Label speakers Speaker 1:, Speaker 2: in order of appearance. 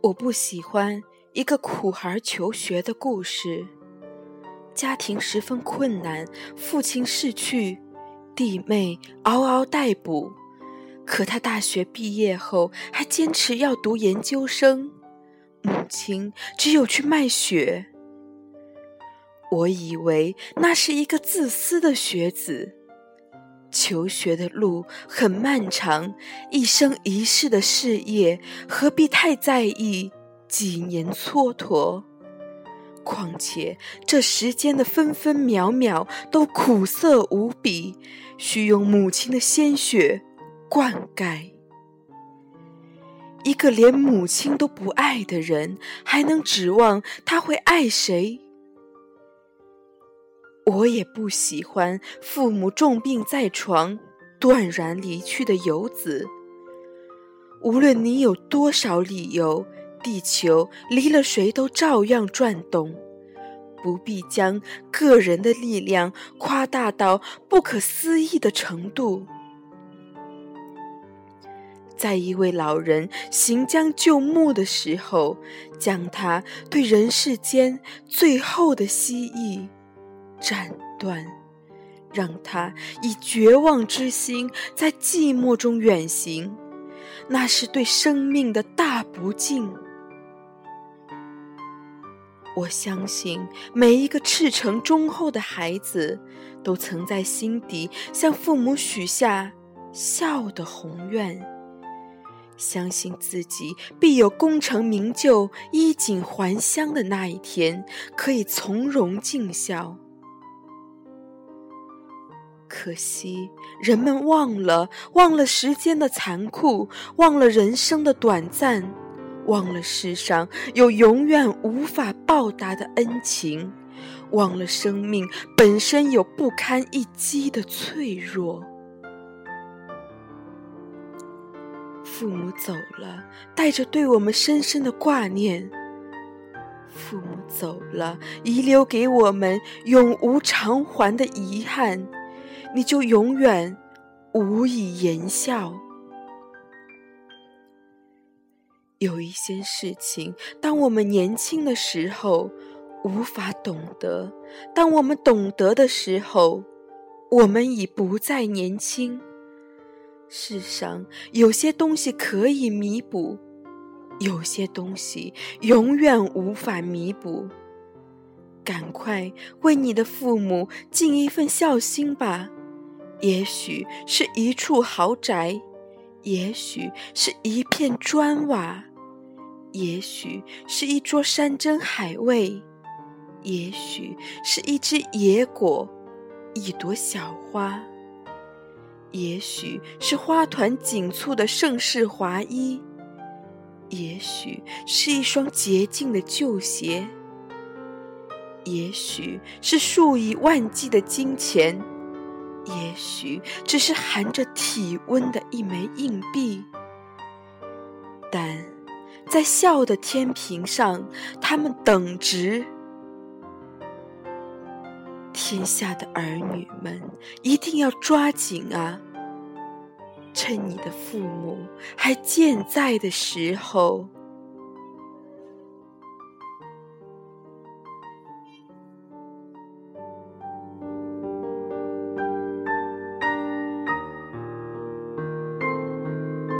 Speaker 1: 我不喜欢一个苦孩求学的故事。家庭十分困难，父亲逝去，弟妹嗷嗷待哺，可他大学毕业后还坚持要读研究生，母亲只有去卖血。我以为那是一个自私的学子，求学的路很漫长，一生一世的事业何必太在意几年蹉跎？况且这时间的分分秒秒都苦涩无比，需用母亲的鲜血灌溉。一个连母亲都不爱的人，还能指望他会爱谁？我也不喜欢父母重病在床，断然离去的游子。无论你有多少理由，地球离了谁都照样转动，不必将个人的力量夸大到不可思议的程度。在一位老人行将就木的时候，将他对人世间最后的希冀斩断，让他以绝望之心在寂寞中远行，那是对生命的大不敬。我相信每一个赤诚忠厚的孩子，都曾在心底向父母许下孝的宏愿，相信自己必有功成名就、衣锦还乡的那一天，可以从容尽孝。可惜人们忘了时间的残酷，忘了人生的短暂，忘了世上有永远无法报答的恩情，忘了生命本身有不堪一击的脆弱。父母走了，带着对我们深深的挂念；父母走了，遗留给我们永无偿还的遗憾，你就永远无以言笑。有一些事情，当我们年轻的时候无法懂得，当我们懂得的时候，我们已不再年轻。世上有些东西可以弥补，有些东西永远无法弥补。赶快为你的父母尽一份孝心吧，也许是一处豪宅，也许是一片砖瓦，也许是一桌山珍海味，也许是一只野果，一朵小花，也许是花团锦簇的盛世华衣，也许是一双洁净的旧鞋，也许是数以万计的金钱，也许只是含着体温的一枚硬币。但在孝的天平上，他们等值。天下的儿女们一定要抓紧啊，趁你的父母还健在的时候。